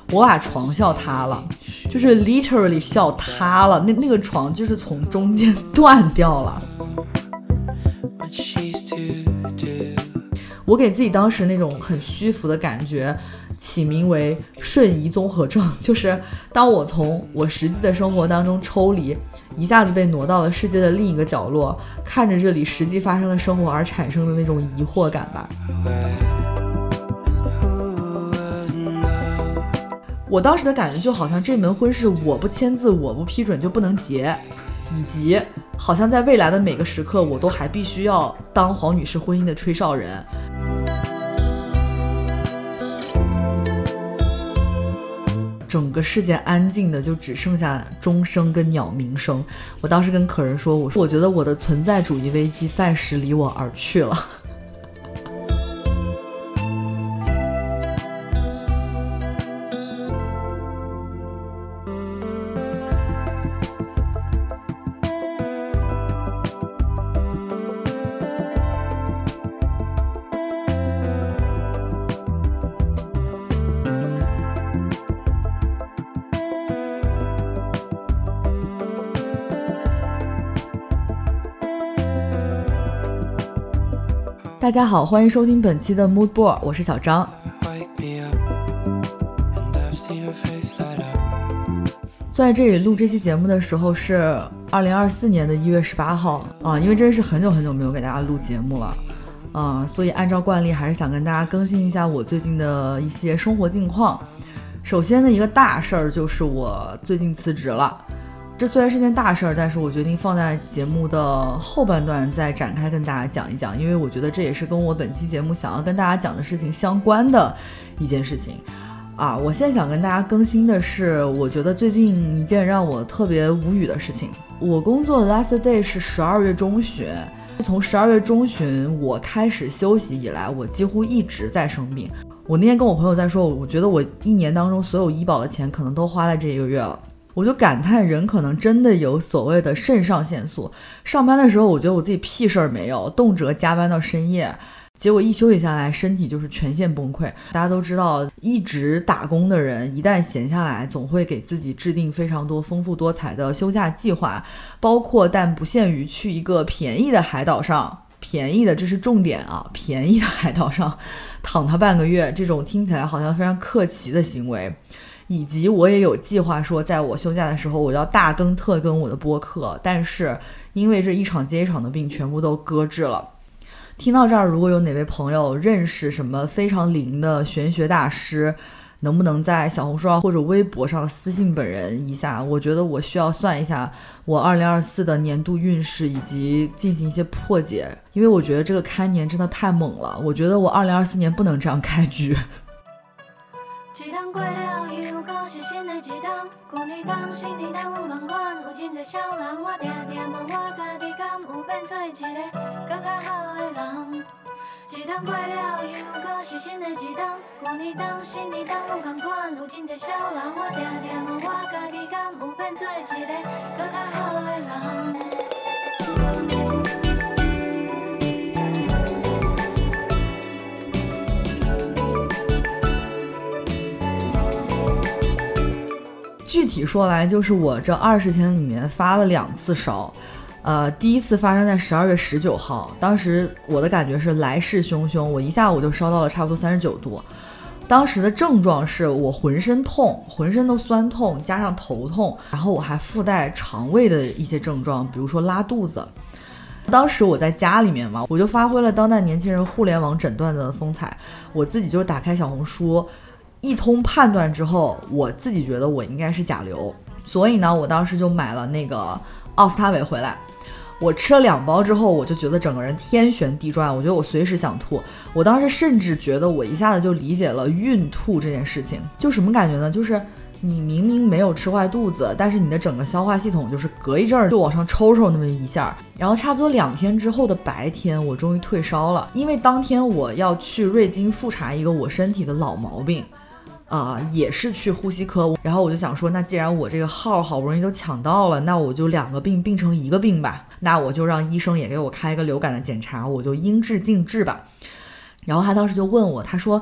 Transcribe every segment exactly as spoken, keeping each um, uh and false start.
我把床笑塌了，就是 literally 笑塌了，那那个床就是从中间断掉了。我给自己当时那种很虚浮的感觉起名为瞬移综合症，就是当我从我实际的生活当中抽离，一下子被挪到了世界的另一个角落，看着这里实际发生的生活而产生的那种疑惑感吧。我当时的感觉就好像这门婚事我不签字我不批准就不能结，以及好像在未来的每个时刻我都还必须要当黄女士婚姻的吹哨人。整个世界安静的就只剩下钟声跟鸟鸣声。我当时跟可人说，我说我觉得我的存在主义危机暂时离我而去了。大家好，欢迎收听本期的 Mood Board， 我是小张。坐在这里录这期节目的时候是二零二四年的一月十八号啊，因为真是很久很久没有给大家录节目了啊，所以按照惯例还是想跟大家更新一下我最近的一些生活近况。首先的一个大事儿就是我最近辞职了。这虽然是件大事儿，但是我决定放在节目的后半段再展开跟大家讲一讲，因为我觉得这也是跟我本期节目想要跟大家讲的事情相关的一件事情啊。我现在想跟大家更新的是，我觉得最近一件让我特别无语的事情。我工作的 last day 是十二月中旬，从十二月中旬我开始休息以来，我几乎一直在生病。我那天跟我朋友在说，我觉得我一年当中所有医保的钱可能都花在这一个月了。我就感叹人可能真的有所谓的肾上腺素。上班的时候我觉得我自己屁事儿没有，动辄加班到深夜，结果一休息下来身体就是全线崩溃。大家都知道，一直打工的人一旦闲下来总会给自己制定非常多丰富多彩的休假计划，包括但不限于去一个便宜的海岛上，便宜的这是重点啊，便宜的海岛上躺他半个月，这种听起来好像非常客气的行为。以及我也有计划说在我休假的时候我要大更特更我的播客，但是因为这一场接一场的病全部都搁置了。听到这儿，如果有哪位朋友认识什么非常灵的玄学大师，能不能在小红书上或者微博上私信本人一下，我觉得我需要算一下我二零二四的年度运势以及进行一些破解，因为我觉得这个开年真的太猛了，我觉得我二零二四年不能这样开局。 一趟过了又到是新的一趟，旧年当新年当拢同款，有真侪少人我定定问我家己敢有变做一个更较好的人。一趟过了又到是新的一趟，旧年当新年当拢同款，有真侪少人我定定问我家己敢有变做一个更较好的人。 具体说来，就是我这二十天里面发了两次烧，呃，第一次发生在十二月十九号，当时我的感觉是来势汹汹，我一下午就烧到了差不多三十九度。当时的症状是我浑身痛，浑身都酸痛，加上头痛，然后我还附带肠胃的一些症状，比如说拉肚子。当时我在家里面嘛，我就发挥了当代年轻人互联网诊断的风采，我自己就打开小红书。一通判断之后，我自己觉得我应该是甲流，所以呢我当时就买了那个奥司他韦回来。我吃了两包之后，我就觉得整个人天旋地转，我觉得我随时想吐。我当时甚至觉得我一下子就理解了孕吐这件事情。就什么感觉呢，就是你明明没有吃坏肚子，但是你的整个消化系统就是隔一阵儿就往上抽抽那么一下，然后差不多两天之后的白天我终于退烧了。因为当天我要去瑞金复查一个我身体的老毛病，呃，也是去呼吸科，然后我就想说，那既然我这个号好不容易都抢到了，那我就两个病并成一个病吧，那我就让医生也给我开一个流感的检查，我就应治尽治吧。然后他当时就问我，他说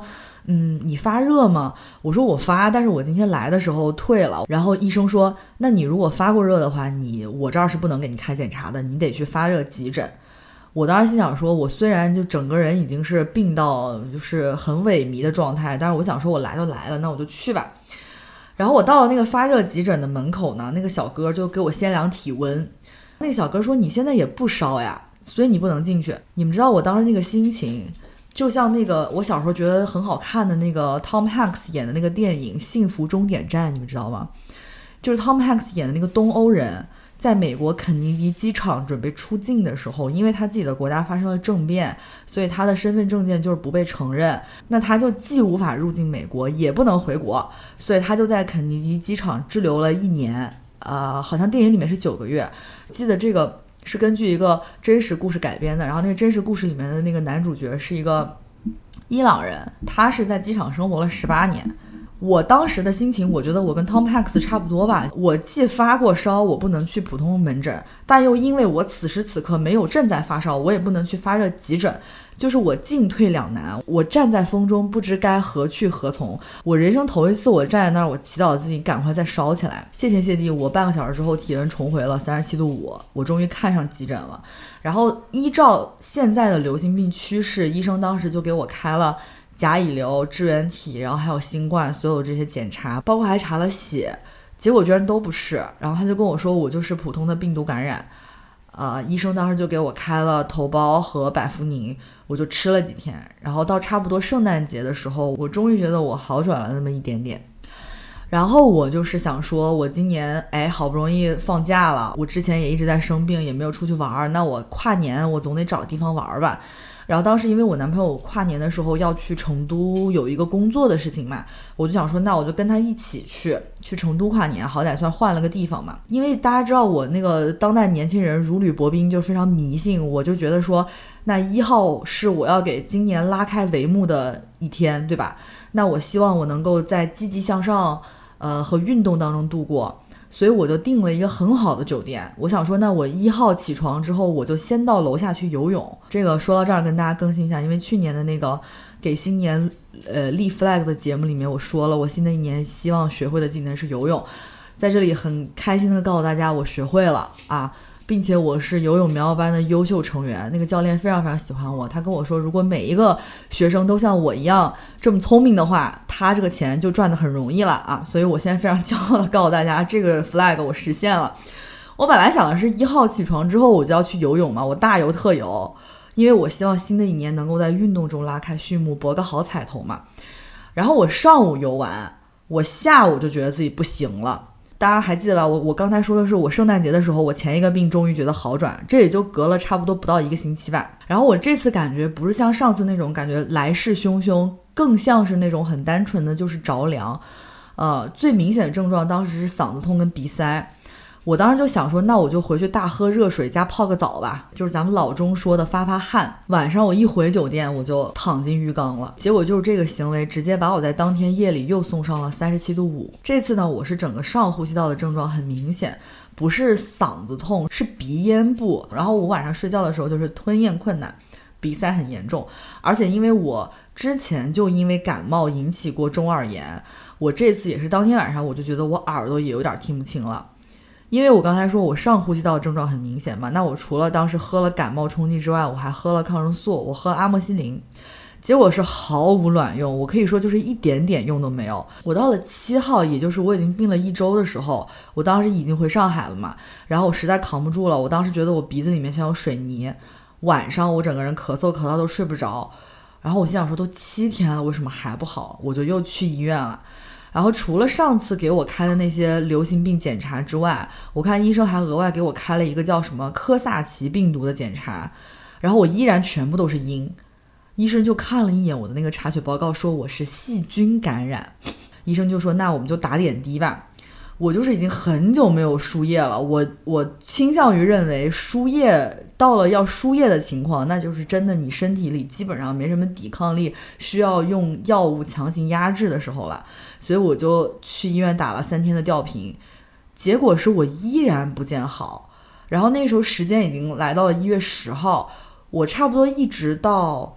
嗯，你发热吗？我说我发，但是我今天来的时候退了。然后医生说，那你如果发过热的话，你我这儿是不能给你开检查的，你得去发热急诊。我当时心想说，我虽然就整个人已经是病到就是很萎靡的状态，但是我想说我来都来了，那我就去吧。然后我到了那个发热急诊的门口呢，那个小哥就给我先量体温。那个小哥说，你现在也不烧呀，所以你不能进去。你们知道我当时那个心情就像那个我小时候觉得很好看的那个 Tom Hanks 演的那个电影《幸福终点站》，你们知道吗？就是 Tom Hanks 演的那个东欧人在美国肯尼迪机场准备出境的时候，因为他自己的国家发生了政变，所以他的身份证件就是不被承认，那他就既无法入境美国也不能回国，所以他就在肯尼迪机场滞留了一年，呃，好像电影里面是九个月。记得这个是根据一个真实故事改编的，然后那个真实故事里面的那个男主角是一个伊朗人，他是在机场生活了十八年。我当时的心情，我觉得我跟 Tom Hanks 差不多吧，我既发过烧，我不能去普通门诊，但又因为我此时此刻没有正在发烧，我也不能去发热急诊，就是我进退两难，我站在风中不知该何去何从。我人生头一次我站在那儿，我祈祷自己赶快再烧起来。谢天谢地，我半个小时之后体温重回了三十七度五，我终于看上急诊了。然后依照现在的流行病趋势，医生当时就给我开了甲乙流、支原体，然后还有新冠，所有这些检查，包括还查了血，结果居然都不是。然后他就跟我说我就是普通的病毒感染，呃，医生当时就给我开了头孢和百服宁，我就吃了几天。然后到差不多圣诞节的时候，我终于觉得我好转了那么一点点。然后我就是想说，我今年哎好不容易放假了，我之前也一直在生病，也没有出去玩，那我跨年我总得找地方玩吧。然后当时因为我男朋友跨年的时候要去成都有一个工作的事情嘛，我就想说那我就跟他一起去去成都跨年，好歹算换了个地方嘛。因为大家知道我那个当代年轻人如履薄冰，就非常迷信，我就觉得说那一号是我要给今年拉开帷幕的一天，对吧？那我希望我能够在积极向上呃和运动当中度过，所以我就订了一个很好的酒店。我想说那我一号起床之后我就先到楼下去游泳。这个说到这儿跟大家更新一下，因为去年的那个给新年呃立 flag 的节目里面我说了，我新的一年希望学会的技能是游泳，在这里很开心的告诉大家我学会了啊，并且我是游泳苗班的优秀成员，那个教练非常非常喜欢我，他跟我说如果每一个学生都像我一样这么聪明的话，他这个钱就赚得很容易了啊！所以我现在非常骄傲的告诉大家，这个 flag 我实现了。我本来想的是一号起床之后我就要去游泳嘛，我大游特游，因为我希望新的一年能够在运动中拉开序幕，博个好彩头嘛。然后我上午游完，我下午就觉得自己不行了。大家还记得吧，我我刚才说的是我圣诞节的时候我前一个病终于觉得好转，这也就隔了差不多不到一个星期吧。然后我这次感觉不是像上次那种感觉来势汹汹，更像是那种很单纯的就是着凉。呃，最明显的症状当时是嗓子痛跟鼻塞。我当时就想说那我就回去大喝热水加泡个澡吧，就是咱们老中说的发发汗。晚上我一回酒店我就躺进浴缸了，结果就是这个行为直接把我在当天夜里又送上了三十七度五。这次呢我是整个上呼吸道的症状很明显，不是嗓子痛，是鼻咽部。然后我晚上睡觉的时候就是吞咽困难，鼻塞很严重，而且因为我之前就因为感冒引起过中耳炎，我这次也是当天晚上我就觉得我耳朵也有点听不清了。因为我刚才说我上呼吸道的症状很明显嘛，那我除了当时喝了感冒冲剂之外，我还喝了抗生素，我喝了阿莫西林，结果是毫无卵用，我可以说就是一点点用都没有。我到了七号，也就是我已经病了一周的时候，我当时已经回上海了嘛，然后我实在扛不住了，我当时觉得我鼻子里面像有水泥，晚上我整个人咳嗽咳到都睡不着，然后我心想说都七天了为什么还不好，我就又去医院了。然后除了上次给我开的那些流行病检查之外，我看医生还额外给我开了一个叫什么科萨奇病毒的检查，然后我依然全部都是阴。医生就看了一眼我的那个查血报告，说我是细菌感染。医生就说那我们就打点滴吧。我就是已经很久没有输液了，我我倾向于认为输液到了要输液的情况，那就是真的你身体里基本上没什么抵抗力，需要用药物强行压制的时候了。所以我就去医院打了三天的吊瓶，结果是我依然不见好。然后那时候时间已经来到了一月十号，我差不多一直到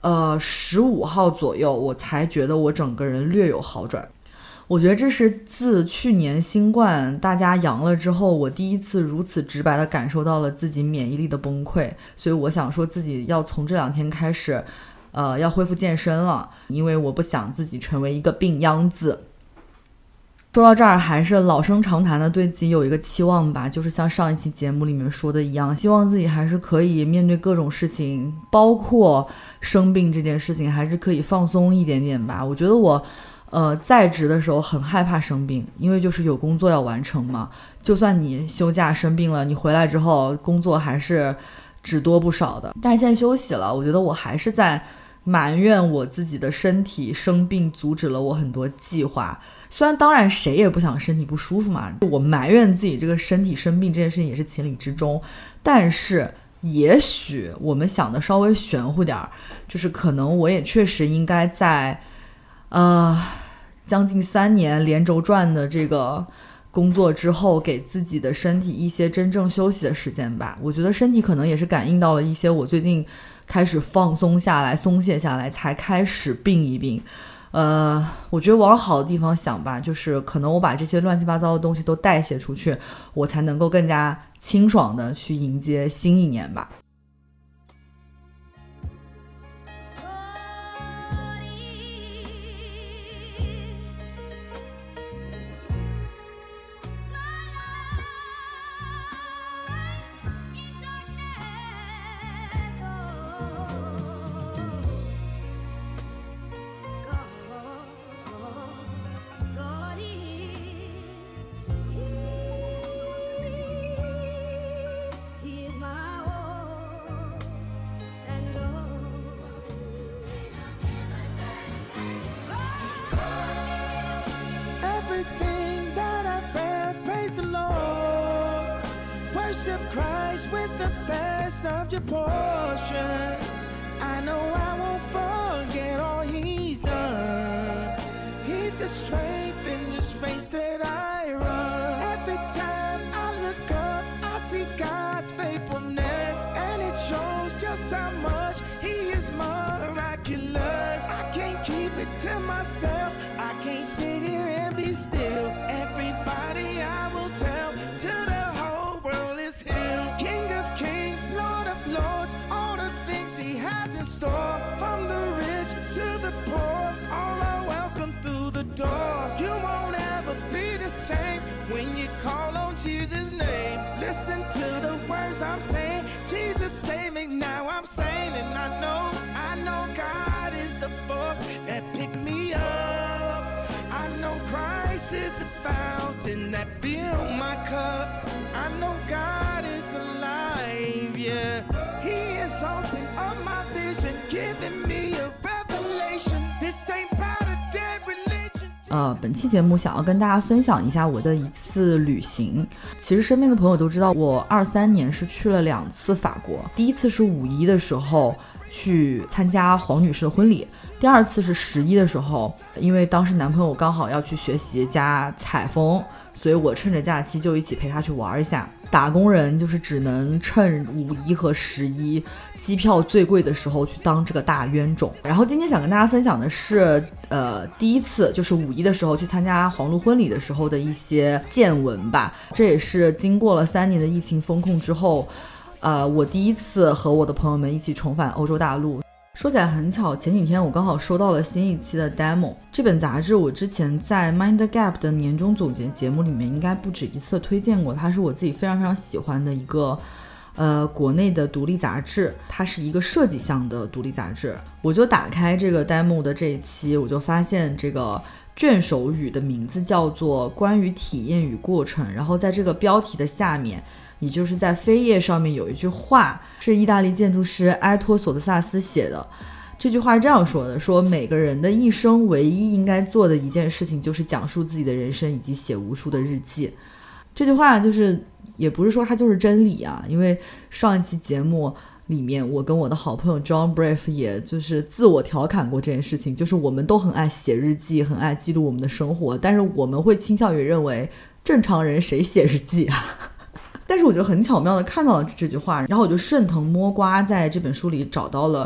呃十五号左右，我才觉得我整个人略有好转。我觉得这是自去年新冠大家阳了之后，我第一次如此直白地感受到了自己免疫力的崩溃，所以我想说自己要从这两天开始呃，要恢复健身了，因为我不想自己成为一个病秧子。说到这儿，还是老生常谈的对自己有一个期望吧，就是像上一期节目里面说的一样，希望自己还是可以面对各种事情，包括生病这件事情，还是可以放松一点点吧。我觉得我呃，在职的时候很害怕生病，因为就是有工作要完成嘛，就算你休假生病了，你回来之后工作还是只多不少的。但是现在休息了，我觉得我还是在埋怨我自己的身体生病阻止了我很多计划，虽然当然谁也不想身体不舒服嘛，我埋怨自己这个身体生病这件事情也是情理之中，但是也许我们想的稍微玄乎点，就是可能我也确实应该在呃将近三年连轴转的这个工作之后，给自己的身体一些真正休息的时间吧。我觉得身体可能也是感应到了一些我最近开始放松下来松懈下来才开始病一病。呃，我觉得往好的地方想吧，就是可能我把这些乱七八糟的东西都代谢出去，我才能够更加清爽的去迎接新一年吧。 Christ with the best of your portions. I know I won't forget all he's done. He's the strength in this race that I run. Every time I look up, I see God's faithfulness, and it shows just how much he is miraculous. I can't keep it to myself, I can't sit here and be still. Everybody I will tell, till the whole world is healed. King of kings, Lord of lords, all the things he has in store. From the rich to the poor, all are welcome through the door. You won't ever be the same when you call on Jesus' name. Listen to the words I'm saying, Jesus save me, now I'm saying, and I know, I know God is the force that picked me up. I know Christ is the fountain that filled my cup. I know God is alive, yeah. He is opening up my vision, giving me a revelation. This ain't about a dead religion. 呃，本期节目想要跟大家分享一下我的一次旅行。其实身边的朋友都知道，我二三年是去了两次法国。第一次是五一的时候去参加黄女士的婚礼，第二次是十一的时候，因为当时男朋友刚好要去学习加采风，所以我趁着假期就一起陪他去玩一下。打工人就是只能趁五一和十一机票最贵的时候去当这个大冤种。然后今天想跟大家分享的是呃，第一次就是五一的时候去参加黄璐婚礼的时候的一些见闻吧。这也是经过了三年的疫情封控之后，呃，我第一次和我的朋友们一起重返欧洲大陆。说起来很巧，前几天我刚好收到了新一期的 demo。 这本杂志我之前在 Mind Gap 的年终总结节目里面应该不止一次推荐过，它是我自己非常非常喜欢的一个呃国内的独立杂志，它是一个设计向的独立杂志。我就打开这个 demo 的这一期，我就发现这个卷首语的名字叫做关于体验与过程，然后在这个标题的下面，也就是在扉页上面有一句话，是意大利建筑师埃托索德萨斯写的。这句话是这样说的，说每个人的一生唯一应该做的一件事情就是讲述自己的人生以及写无数的日记。这句话就是也不是说它就是真理啊，因为上一期节目里面我跟我的好朋友 John Brave 也就是自我调侃过这件事情，就是我们都很爱写日记，很爱记录我们的生活，但是我们会倾向于认为正常人谁写日记啊但是我就很巧妙的看到了这句话，然后我就顺藤摸瓜在这本书里找到了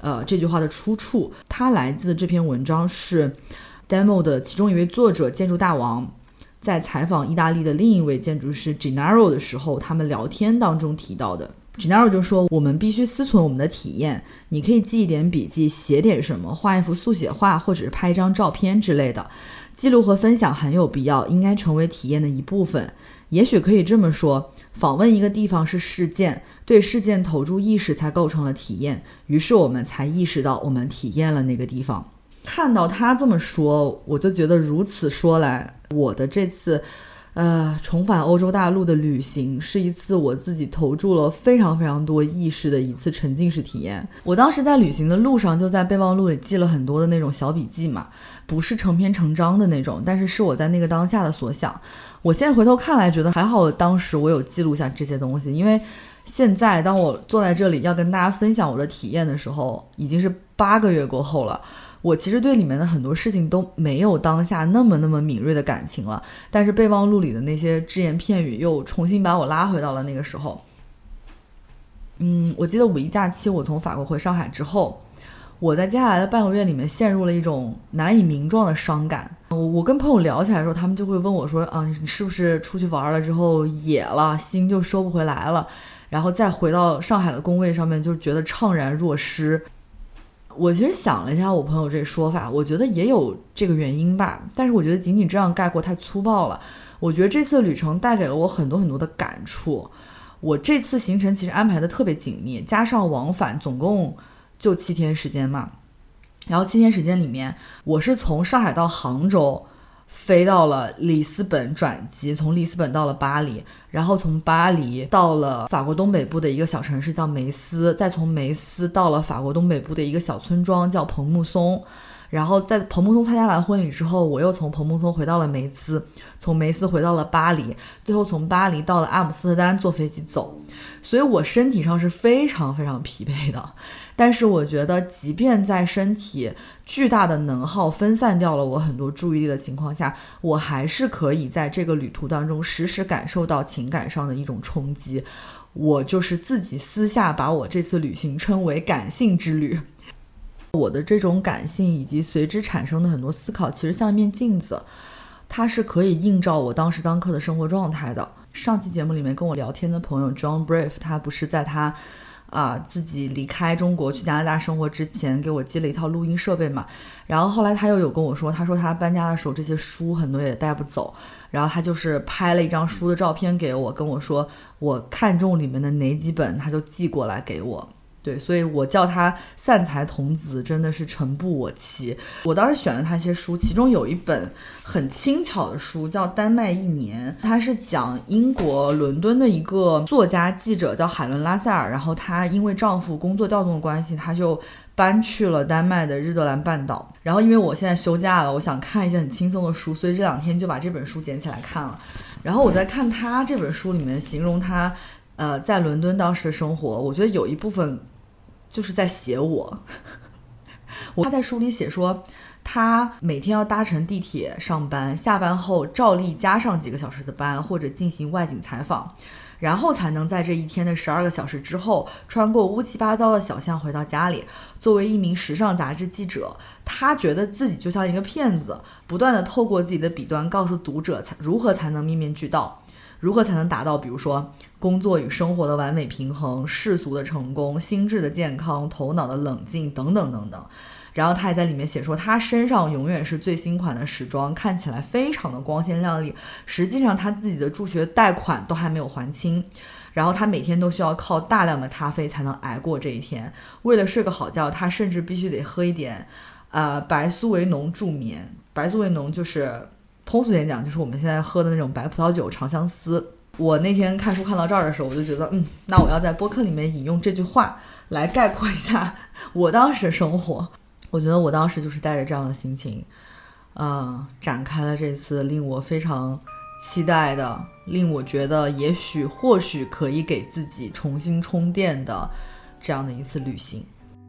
呃，这句话的出处，它来自这篇文章是 Demo 的其中一位作者建筑大王在采访意大利的另一位建筑师 Gennaro 的时候，他们聊天当中提到的。Gennaro 就说，我们必须私存我们的体验，你可以记一点笔记，写点什么，画一幅速写画，或者是拍一张照片之类的，记录和分享很有必要，应该成为体验的一部分。也许可以这么说，访问一个地方是事件，对事件投注意识才构成了体验，于是我们才意识到我们体验了那个地方。看到他这么说，我就觉得如此说来，我的这次呃，重返欧洲大陆的旅行是一次我自己投注了非常非常多意识的一次沉浸式体验。我当时在旅行的路上就在备忘录里记了很多的那种小笔记嘛，不是成篇成章的那种，但是是我在那个当下的所想。我现在回头看来觉得还好，当时我有记录下这些东西，因为现在当我坐在这里要跟大家分享我的体验的时候，已经是八个月过后了。我其实对里面的很多事情都没有当下那么那么敏锐的感情了，但是备忘录里的那些只言片语又重新把我拉回到了那个时候。嗯，我记得五一假期我从法国回上海之后，我在接下来的半个月里面陷入了一种难以名状的伤感。我跟朋友聊起来的时候，他们就会问我说啊，你是不是出去玩了之后野了，心就收不回来了，然后再回到上海的工位上面就觉得怅然若失。我其实想了一下我朋友这说法，我觉得也有这个原因吧，但是我觉得仅仅这样概括太粗暴了。我觉得这次旅程带给了我很多很多的感触。我这次行程其实安排的特别紧密，加上往返总共就七天时间嘛，然后七天时间里面，我是从上海到杭州，飞到了里斯本转机，从里斯本到了巴黎，然后从巴黎到了法国东北部的一个小城市叫梅斯，再从梅斯到了法国东北部的一个小村庄叫蓬木松，然后在蓬木松参加完婚礼之后，我又从蓬木松回到了梅斯，从梅斯回到了巴黎，最后从巴黎到了阿姆斯特丹坐飞机走。所以我身体上是非常非常疲惫的，但是我觉得即便在身体巨大的能耗分散掉了我很多注意力的情况下，我还是可以在这个旅途当中时时感受到情感上的一种冲击。我就是自己私下把我这次旅行称为感性之旅。我的这种感性以及随之产生的很多思考，其实像一面镜子，它是可以映照我当时当刻的生活状态的。上期节目里面跟我聊天的朋友 John Brave， 他不是在他啊、呃、自己离开中国去加拿大生活之前给我寄了一套录音设备嘛，然后后来他又有跟我说，他说他搬家的时候这些书很多也带不走，然后他就是拍了一张书的照片给我，跟我说我看中里面的哪几本他就寄过来给我。对，所以我叫他散财童子真的是诚不我欺。我当时选了他一些书，其中有一本很轻巧的书叫《丹麦一年》，它是讲英国伦敦的一个作家记者叫海伦拉塞尔，然后她因为丈夫工作调动的关系，她就搬去了丹麦的日德兰半岛。然后因为我现在休假了，我想看一些很轻松的书，所以这两天就把这本书捡起来看了。然后我在看他这本书里面形容他呃在伦敦当时的生活，我觉得有一部分就是在写我。他在书里写说，他每天要搭乘地铁上班，下班后照例加上几个小时的班，或者进行外景采访，然后才能在这一天的十二个小时之后，穿过乌七八糟的小巷回到家里。作为一名时尚杂志记者，他觉得自己就像一个骗子，不断的透过自己的笔端告诉读者如何才能面面俱到，如何才能达到比如说工作与生活的完美平衡，世俗的成功，心智的健康，头脑的冷静等等等等。然后他还在里面写说，他身上永远是最新款的时装，看起来非常的光鲜亮丽，实际上他自己的助学贷款都还没有还清，然后他每天都需要靠大量的咖啡才能挨过这一天。为了睡个好觉，他甚至必须得喝一点呃白苏维浓助眠。白苏维浓就是通俗点讲，就是我们现在喝的那种白葡萄酒长相思。我那天看书看到这儿的时候，我就觉得嗯，那我要在播客里面引用这句话来概括一下我当时的生活。我觉得我当时就是带着这样的心情呃，展开了这次令我非常期待的，令我觉得也许或许可以给自己重新充电的这样的一次旅行。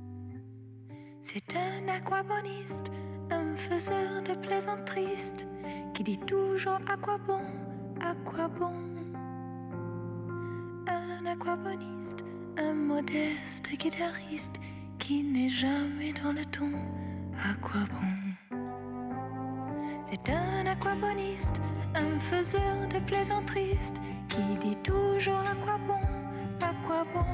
C'est un aquaboniste, un faiseur de plaisanteries, qui dit toujours à quoi bon, à quoi bon. Un aquaboniste, un modeste guitariste, qui n'est jamais dans le ton. À quoi bon? C'est un aquaboniste, un faiseur de plaisanteries qui dit toujours à quoi bon, à quoi bon.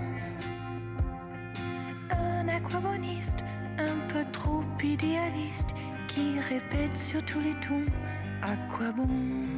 Un aquaboniste un peu trop idéaliste qui répète sur tous les tons à quoi bon.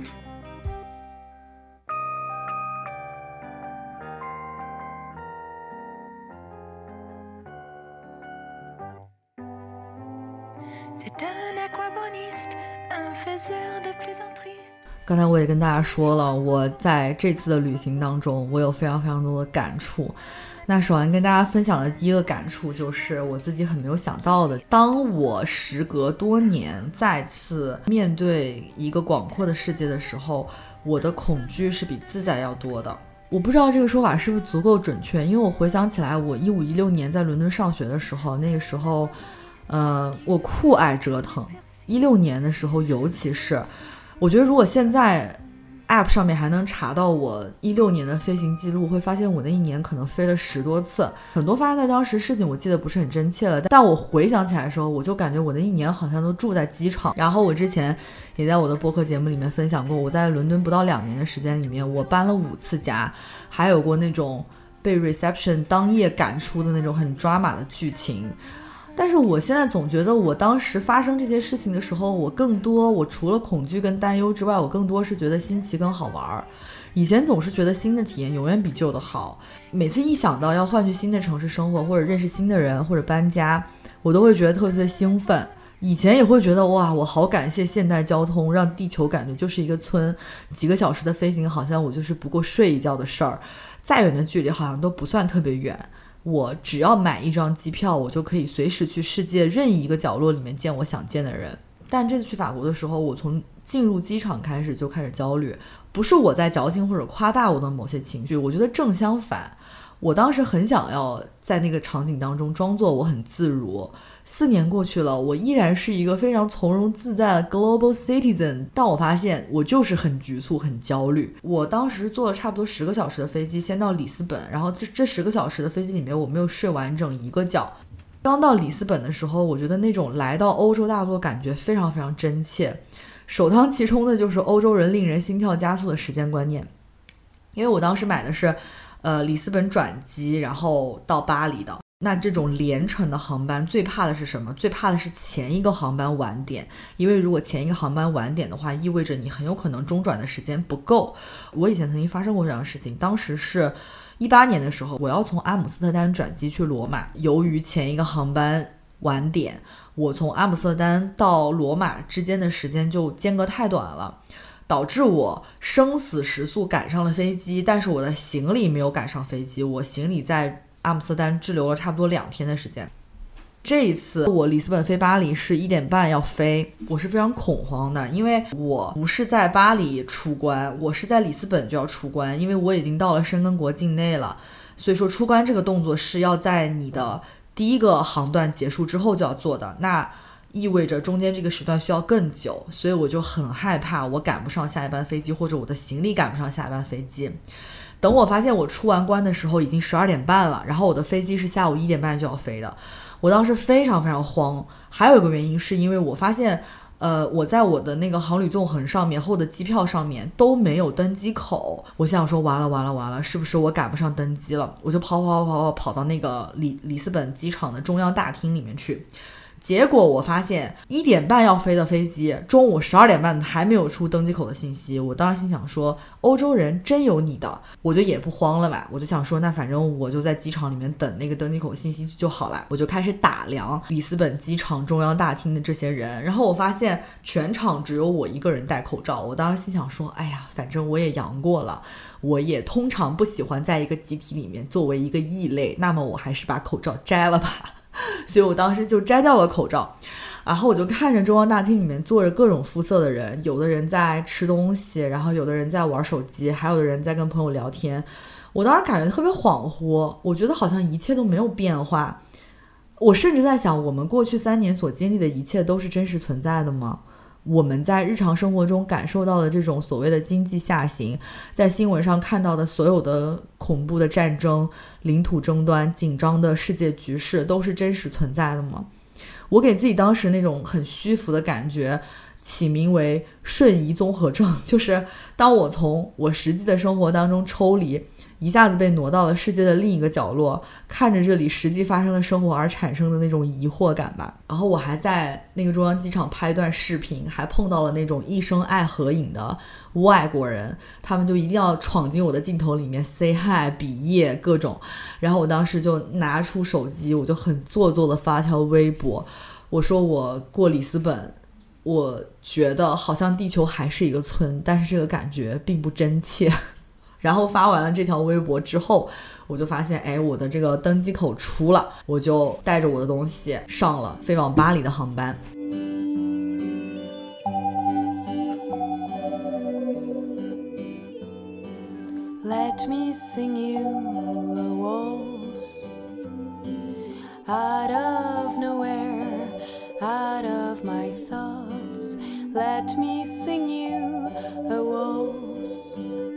C'est un aquaboniste, un faiseur de plaisanteries。 刚才我也跟大家说了，我在这次的旅行当中，我有非常非常多的感触。那首先跟大家分享的第一个感触就是我自己很没有想到的，当我时隔多年再次面对一个广阔的世界的时候，我的恐惧是比自在要多的。我不知道这个说法是不是足够准确，因为我回想起来，我一五一六年在伦敦上学的时候，那个时候呃，我酷爱折腾。一六年的时候，尤其是我觉得如果现在 App 上面还能查到我一六年的飞行记录，会发现我那一年可能飞了十多次，很多发生在当时事情我记得不是很真切了，但我回想起来的时候，我就感觉我那一年好像都住在机场。然后我之前也在我的播客节目里面分享过，我在伦敦不到两年的时间里面，我搬了五次家，还有过那种被 reception 当夜赶出的那种很 drama 的剧情。但是我现在总觉得我当时发生这些事情的时候，我更多我除了恐惧跟担忧之外，我更多是觉得新奇跟好玩。以前总是觉得新的体验永远比旧的好，每次一想到要换去新的城市生活，或者认识新的人，或者搬家，我都会觉得特别特别兴奋。以前也会觉得哇，我好感谢现代交通，让地球感觉就是一个村，几个小时的飞行好像我就是不过睡一觉的事儿，再远的距离好像都不算特别远，我只要买一张机票，我就可以随时去世界任意一个角落里面见我想见的人。但这次去法国的时候，我从进入机场开始就开始焦虑，不是我在矫情或者夸大我的某些情绪，我觉得正相反，我当时很想要在那个场景当中装作我很自如。四年过去了，我依然是一个非常从容自在的 global citizen， 但我发现我就是很局促很焦虑。我当时坐了差不多十个小时的飞机先到里斯本，然后这这十个小时的飞机里面我没有睡完整一个觉。刚到里斯本的时候，我觉得那种来到欧洲大陆的感觉非常非常真切，首当其冲的就是欧洲人令人心跳加速的时间观念。因为我当时买的是呃里斯本转机，然后到巴黎的。那这种连程的航班最怕的是什么？最怕的是前一个航班晚点，因为如果前一个航班晚点的话，意味着你很有可能中转的时间不够。我以前曾经发生过这样的事情，当时是一八年的时候，我要从阿姆斯特丹转机去罗马，由于前一个航班晚点，我从阿姆斯特丹到罗马之间的时间就间隔太短了，导致我生死时速赶上了飞机，但是我的行李没有赶上飞机，我行李在阿姆斯特丹滞留了差不多两天的时间。这一次我里斯本飞巴黎是一点半要飞，我是非常恐慌的，因为我不是在巴黎出关，我是在里斯本就要出关，因为我已经到了申根国境内了，所以说出关这个动作是要在你的第一个航段结束之后就要做的，那意味着中间这个时段需要更久，所以我就很害怕我赶不上下一班飞机，或者我的行李赶不上下一班飞机。等我发现我出完关的时候已经十二点半了，然后我的飞机是下午一点半就要飞的，我当时非常非常慌。还有一个原因是因为我发现呃，我在我的那个航旅纵横上面和我的机票上面都没有登机口，我想说完了完了完了，是不是我赶不上登机了？我就跑跑跑跑跑到那个里里斯本机场的中央大厅里面去，结果我发现一点半要飞的飞机，中午十二点半还没有出登机口的信息。我当时心想说，欧洲人真有你的，我就也不慌了吧，我就想说，那反正我就在机场里面等那个登机口信息就好了。我就开始打量里斯本机场中央大厅的这些人，然后我发现全场只有我一个人戴口罩。我当时心想说，哎呀，反正我也阳过了，我也通常不喜欢在一个集体里面作为一个异类，那么我还是把口罩摘了吧。所以我当时就摘掉了口罩，然后我就看着中央大厅里面坐着各种肤色的人，有的人在吃东西，然后有的人在玩手机，还有的人在跟朋友聊天。我当时感觉特别恍惚，我觉得好像一切都没有变化。我甚至在想，我们过去三年所经历的一切都是真实存在的吗？ 我们在日常生活中感受到的这种所谓的经济下行，在新闻上看到的所有的恐怖的战争、领土争端、紧张的世界局势都是真实存在的吗？我给自己当时那种很虚浮的感觉起名为瞬移综合症，就是当我从我实际的生活当中抽离，一下子被挪到了世界的另一个角落，看着这里实际发生的生活而产生的那种疑惑感吧。然后我还在那个中央机场拍一段视频，还碰到了那种一生爱合影的外国人，他们就一定要闯进我的镜头里面 say hi 比耶各种。然后我当时就拿出手机，我就很做作的发条微博，我说我过里斯本，我觉得好像地球还是一个村，但是这个感觉并不真切。然后发完了这条微博之后，我就发现，哎，我的这个登机口出了，我就带着我的东西上了飞往巴黎的航班。 Let me sing you a waltz out of nowhere, out of my thoughts. Let me sing you a waltz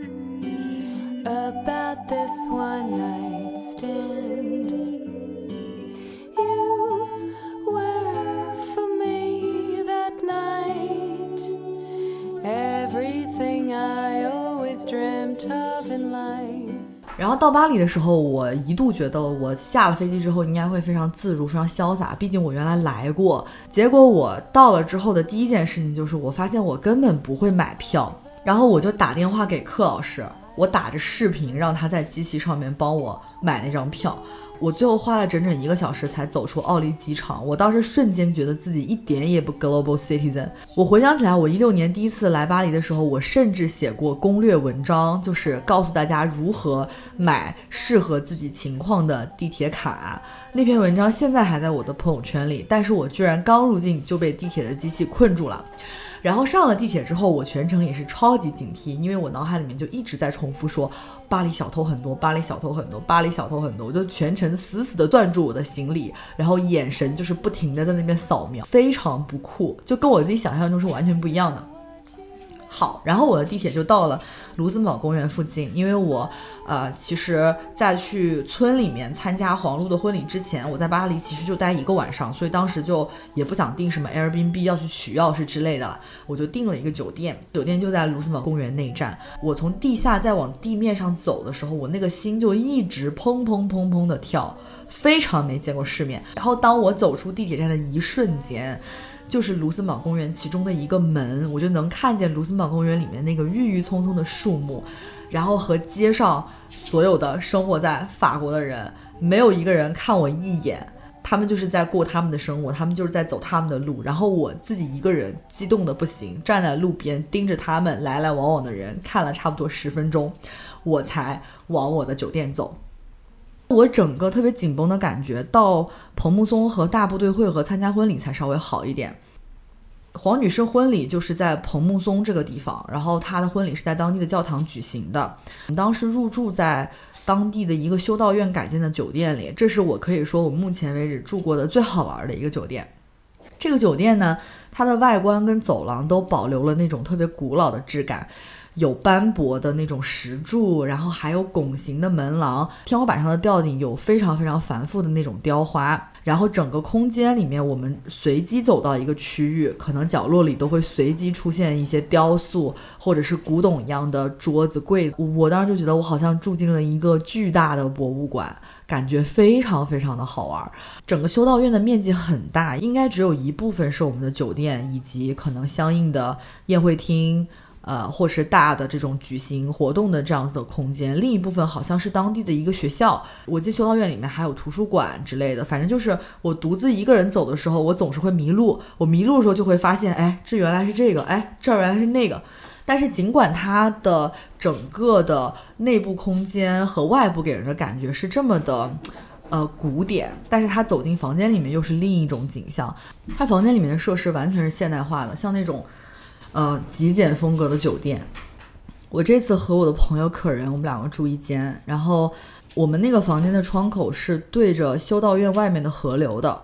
about this one night stand. You were for me that night, everything I always dreamt of in life. 然后到巴黎的时候，我一度觉得我下了飞机之后应该会非常自如，非常潇洒，毕竟我原来来过。结果我到了之后的第一件事情就是我发现我根本不会买票，然后我就打电话给柯老师，我打着视频让他在机器上面帮我买那张票。我最后花了整整一个小时才走出奥利机场，我当时瞬间觉得自己一点也不 global citizen。 我回想起来，我一六年第一次来巴黎的时候，我甚至写过攻略文章，就是告诉大家如何买适合自己情况的地铁卡。那篇文章现在还在我的朋友圈里，但是我居然刚入境就被地铁的机器困住了。然后上了地铁之后，我全程也是超级警惕，因为我脑海里面就一直在重复说巴黎小偷很多，巴黎小偷很多，巴黎小偷很多，我就全程死死的攥住我的行李，然后眼神就是不停的在那边扫描，非常不酷，就跟我自己想象中是完全不一样的。好，然后我的地铁就到了卢森堡公园附近，因为我呃，其实在去村里面参加黄璐的婚礼之前，我在巴黎其实就待一个晚上，所以当时就也不想订什么 Airbnb 要去取钥匙之类的了，我就订了一个酒店，酒店就在卢森堡公园内站。我从地下再往地面上走的时候，我那个心就一直砰砰砰砰的跳，非常没见过世面。然后当我走出地铁站的一瞬间，就是卢森堡公园其中的一个门，我就能看见卢森堡公园里面那个郁郁葱葱的树木，然后和街上所有的生活在法国的人，没有一个人看我一眼，他们就是在过他们的生活，他们就是在走他们的路，然后我自己一个人激动的不行，站在路边盯着他们来来往往的人看了差不多十分钟，我才往我的酒店走。我整个特别紧绷的感觉到彭木松和大部队会合参加婚礼才稍微好一点。黄女士婚礼就是在彭木松这个地方，然后她的婚礼是在当地的教堂举行的。我们当时入住在当地的一个修道院改建的酒店里，这是我可以说我目前为止住过的最好玩的一个酒店。这个酒店呢，它的外观跟走廊都保留了那种特别古老的质感，有斑驳的那种石柱，然后还有拱形的门廊，天花板上的吊顶有非常非常繁复的那种雕花，然后整个空间里面我们随机走到一个区域，可能角落里都会随机出现一些雕塑或者是古董一样的桌子柜子。我当时就觉得我好像住进了一个巨大的博物馆，感觉非常非常的好玩。整个修道院的面积很大，应该只有一部分是我们的酒店以及可能相应的宴会厅呃，或是大的这种举行活动的这样子的空间，另一部分好像是当地的一个学校，我记得修道院里面还有图书馆之类的。反正就是我独自一个人走的时候，我总是会迷路，我迷路的时候就会发现，哎，这原来是这个，哎，这原来是那个。但是尽管它的整个的内部空间和外部给人的感觉是这么的呃古典，但是它走进房间里面又是另一种景象。它房间里面的设施完全是现代化的，像那种呃，极简风格的酒店。我这次和我的朋友客人，我们两个住一间，然后我们那个房间的窗口是对着修道院外面的河流的，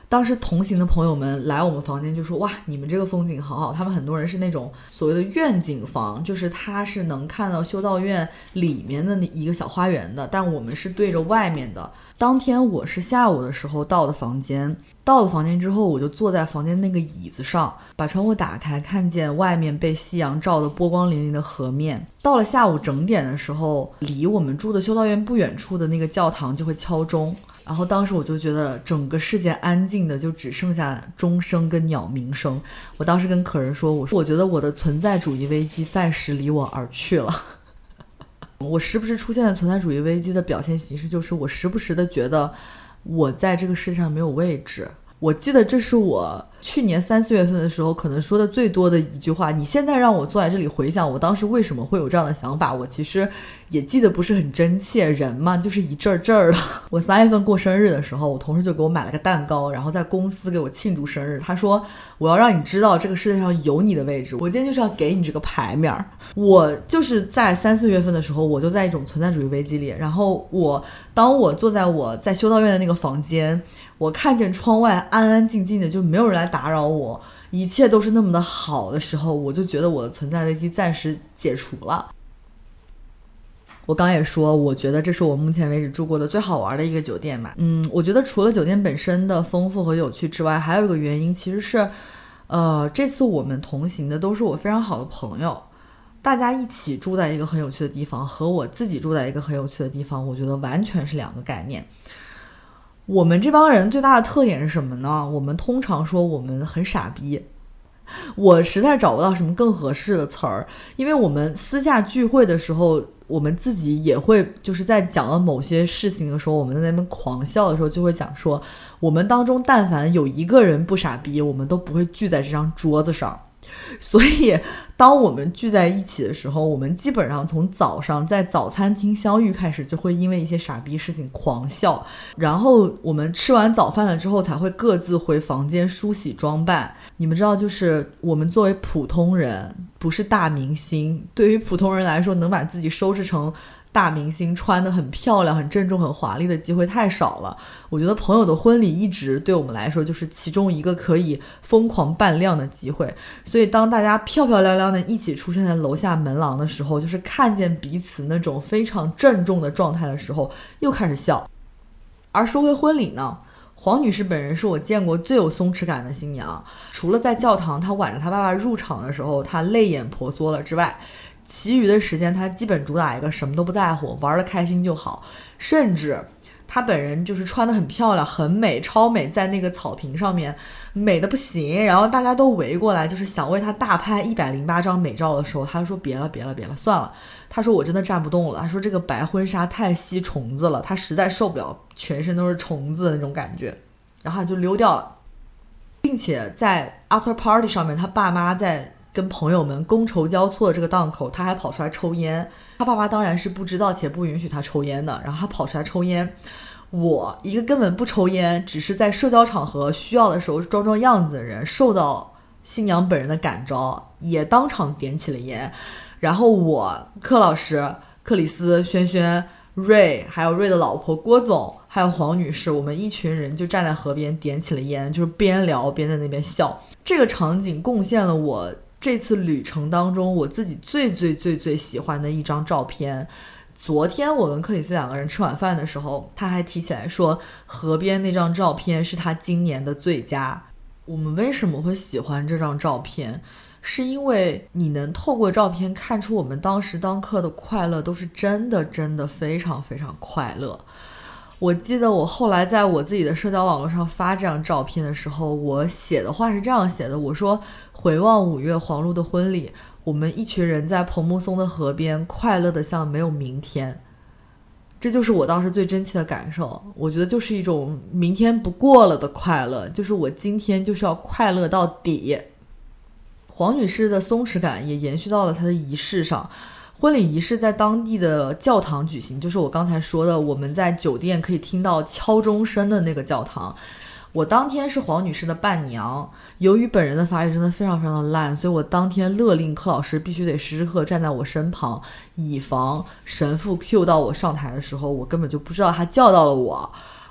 当时同行的朋友们来我们房间就说，哇，你们这个风景好好。他们很多人是那种所谓的院景房，就是它是能看到修道院里面的一个小花园的，但我们是对着外面的。当天我是下午的时候到的房间，到了房间之后我就坐在房间那个椅子上，把窗户打开，看见外面被夕阳照得波光粼粼的河面。到了下午整点的时候，离我们住的修道院不远处的那个教堂就会敲钟，然后当时我就觉得整个世界安静的就只剩下钟声跟鸟鸣声。我当时跟可人说，我说我觉得我的存在主义危机暂时离我而去了。我时不时出现的存在主义危机的表现形式就是我时不时的觉得我在这个世界上没有位置。我记得这是我去年三四月份的时候可能说的最多的一句话。你现在让我坐在这里回想我当时为什么会有这样的想法，我其实也记得不是很真切，人嘛就是一阵阵儿的。我三月份过生日的时候，我同事就给我买了个蛋糕，然后在公司给我庆祝生日。他说我要让你知道这个世界上有你的位置，我今天就是要给你这个牌面。我就是在三四月份的时候我就在一种存在主义危机里，然后我当我坐在我在修道院的那个房间，我看见窗外安安静静的，就没有人来打扰我，一切都是那么的好的时候，我就觉得我的存在危机暂时解除了。我刚也说，我觉得这是我目前为止住过的最好玩的一个酒店嘛。嗯，我觉得除了酒店本身的丰富和有趣之外，还有一个原因其实是呃，这次我们同行的都是我非常好的朋友，大家一起住在一个很有趣的地方，和我自己住在一个很有趣的地方，我觉得完全是两个概念。我们这帮人最大的特点是什么呢？我们通常说我们很傻逼，我实在找不到什么更合适的词儿，因为我们私下聚会的时候，我们自己也会就是在讲到某些事情的时候，我们在那边狂笑的时候就会讲说，我们当中但凡有一个人不傻逼，我们都不会聚在这张桌子上。所以当我们聚在一起的时候，我们基本上从早上在早餐厅相遇开始，就会因为一些傻逼事情狂笑，然后我们吃完早饭了之后才会各自回房间梳洗装扮。你们知道，就是我们作为普通人，不是大明星，对于普通人来说，能把自己收拾成大明星，穿得很漂亮很郑重很华丽的机会太少了。我觉得朋友的婚礼一直对我们来说就是其中一个可以疯狂扮靓的机会，所以当大家漂漂亮亮的一起出现在楼下门廊的时候，就是看见彼此那种非常郑重的状态的时候又开始笑。而说回婚礼呢，黄女士本人是我见过最有松弛感的新娘，除了在教堂她挽着她爸爸入场的时候她泪眼婆娑了之外，其余的时间他基本主打一个什么都不在乎，玩得开心就好。甚至他本人就是穿得很漂亮很美超美，在那个草坪上面美得不行，然后大家都围过来就是想为他大拍一百零八张美照的时候，他说别了别了别了算了，他说我真的站不动了，他说这个白婚纱太吸虫子了，他实在受不了全身都是虫子的那种感觉，然后他就溜掉了。并且在 after party 上面，他爸妈在跟朋友们觥筹交错的这个档口，他还跑出来抽烟。他爸爸当然是不知道且不允许他抽烟的，然后他跑出来抽烟。我一个根本不抽烟，只是在社交场合需要的时候装装样子的人，受到新娘本人的感召，也当场点起了烟。然后我柯老师、克里斯、轩轩、瑞，还有瑞的老婆郭总，还有黄女士，我们一群人就站在河边点起了烟，就是边聊边在那边笑。这个场景贡献了我这次旅程当中我自己最最最最喜欢的一张照片。昨天我跟克里斯两个人吃晚饭的时候，他还提起来说河边那张照片是他今年的最佳。我们为什么会喜欢这张照片，是因为你能透过照片看出我们当时当刻的快乐都是真的真的非常非常快乐。我记得我后来在我自己的社交网络上发这张照片的时候，我写的话是这样写的，我说回望五月黄璐的婚礼，我们一群人在蓬木松的河边快乐的像没有明天。这就是我当时最真切的感受，我觉得就是一种明天不过了的快乐，就是我今天就是要快乐到底。黄女士的松弛感也延续到了她的仪式上，婚礼仪式在当地的教堂举行，就是我刚才说的我们在酒店可以听到敲钟声的那个教堂。我当天是黄女士的伴娘，由于本人的法语真的非常非常的烂，所以我当天勒令柯老师必须得时时刻刻站在我身旁，以防神父 cue 到我上台的时候我根本就不知道他叫到了我。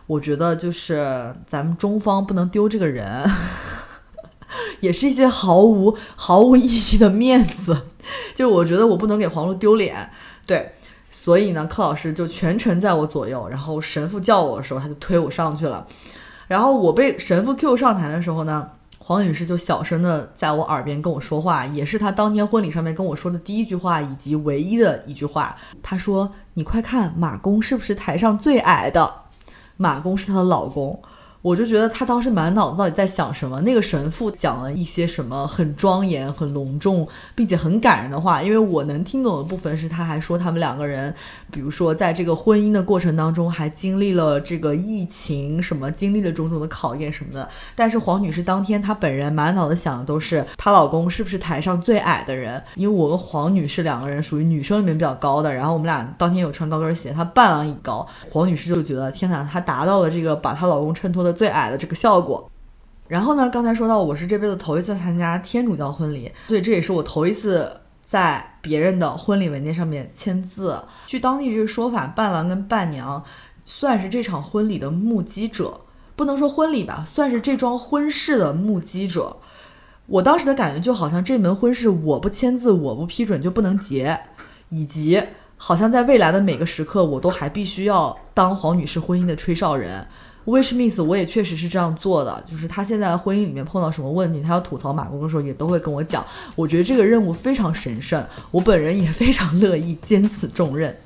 我觉得就是咱们中方不能丢这个人也是一些毫无毫无意义的面子，就我觉得我不能给黄璐丢脸。对，所以呢柯老师就全程在我左右，然后神父叫我的时候他就推我上去了，然后我被神父 Q 上台的时候呢，黄女士就小声的在我耳边跟我说话，也是她当天婚礼上面跟我说的第一句话以及唯一的一句话。她说你快看马公是不是台上最矮的，马公是她的老公。我就觉得他当时满脑子到底在想什么。那个神父讲了一些什么很庄严很隆重并且很感人的话，因为我能听懂的部分是他还说他们两个人比如说在这个婚姻的过程当中还经历了这个疫情什么，经历了种种的考验什么的。但是黄女士当天她本人满脑子想的都是她老公是不是台上最矮的人，因为我跟黄女士两个人属于女生里面比较高的，然后我们俩当天有穿高跟鞋，她半郎一高，黄女士就觉得天哪，她达到了这个把她老公衬托的最矮的这个效果。然后呢刚才说到我是这辈子头一次参加天主教婚礼，所以这也是我头一次在别人的婚礼文件上面签字。据当地这个说法，伴郎跟伴娘算是这场婚礼的目击者，不能说婚礼吧，算是这桩婚事的目击者。我当时的感觉就好像这门婚事我不签字我不批准就不能结，以及好像在未来的每个时刻我都还必须要当黄女士婚姻的吹哨人。威史密斯我也确实是这样做的，就是他现在的婚姻里面碰到什么问题，他要吐槽马公的时候也都会跟我讲。我觉得这个任务非常神圣，我本人也非常乐意兼此重任。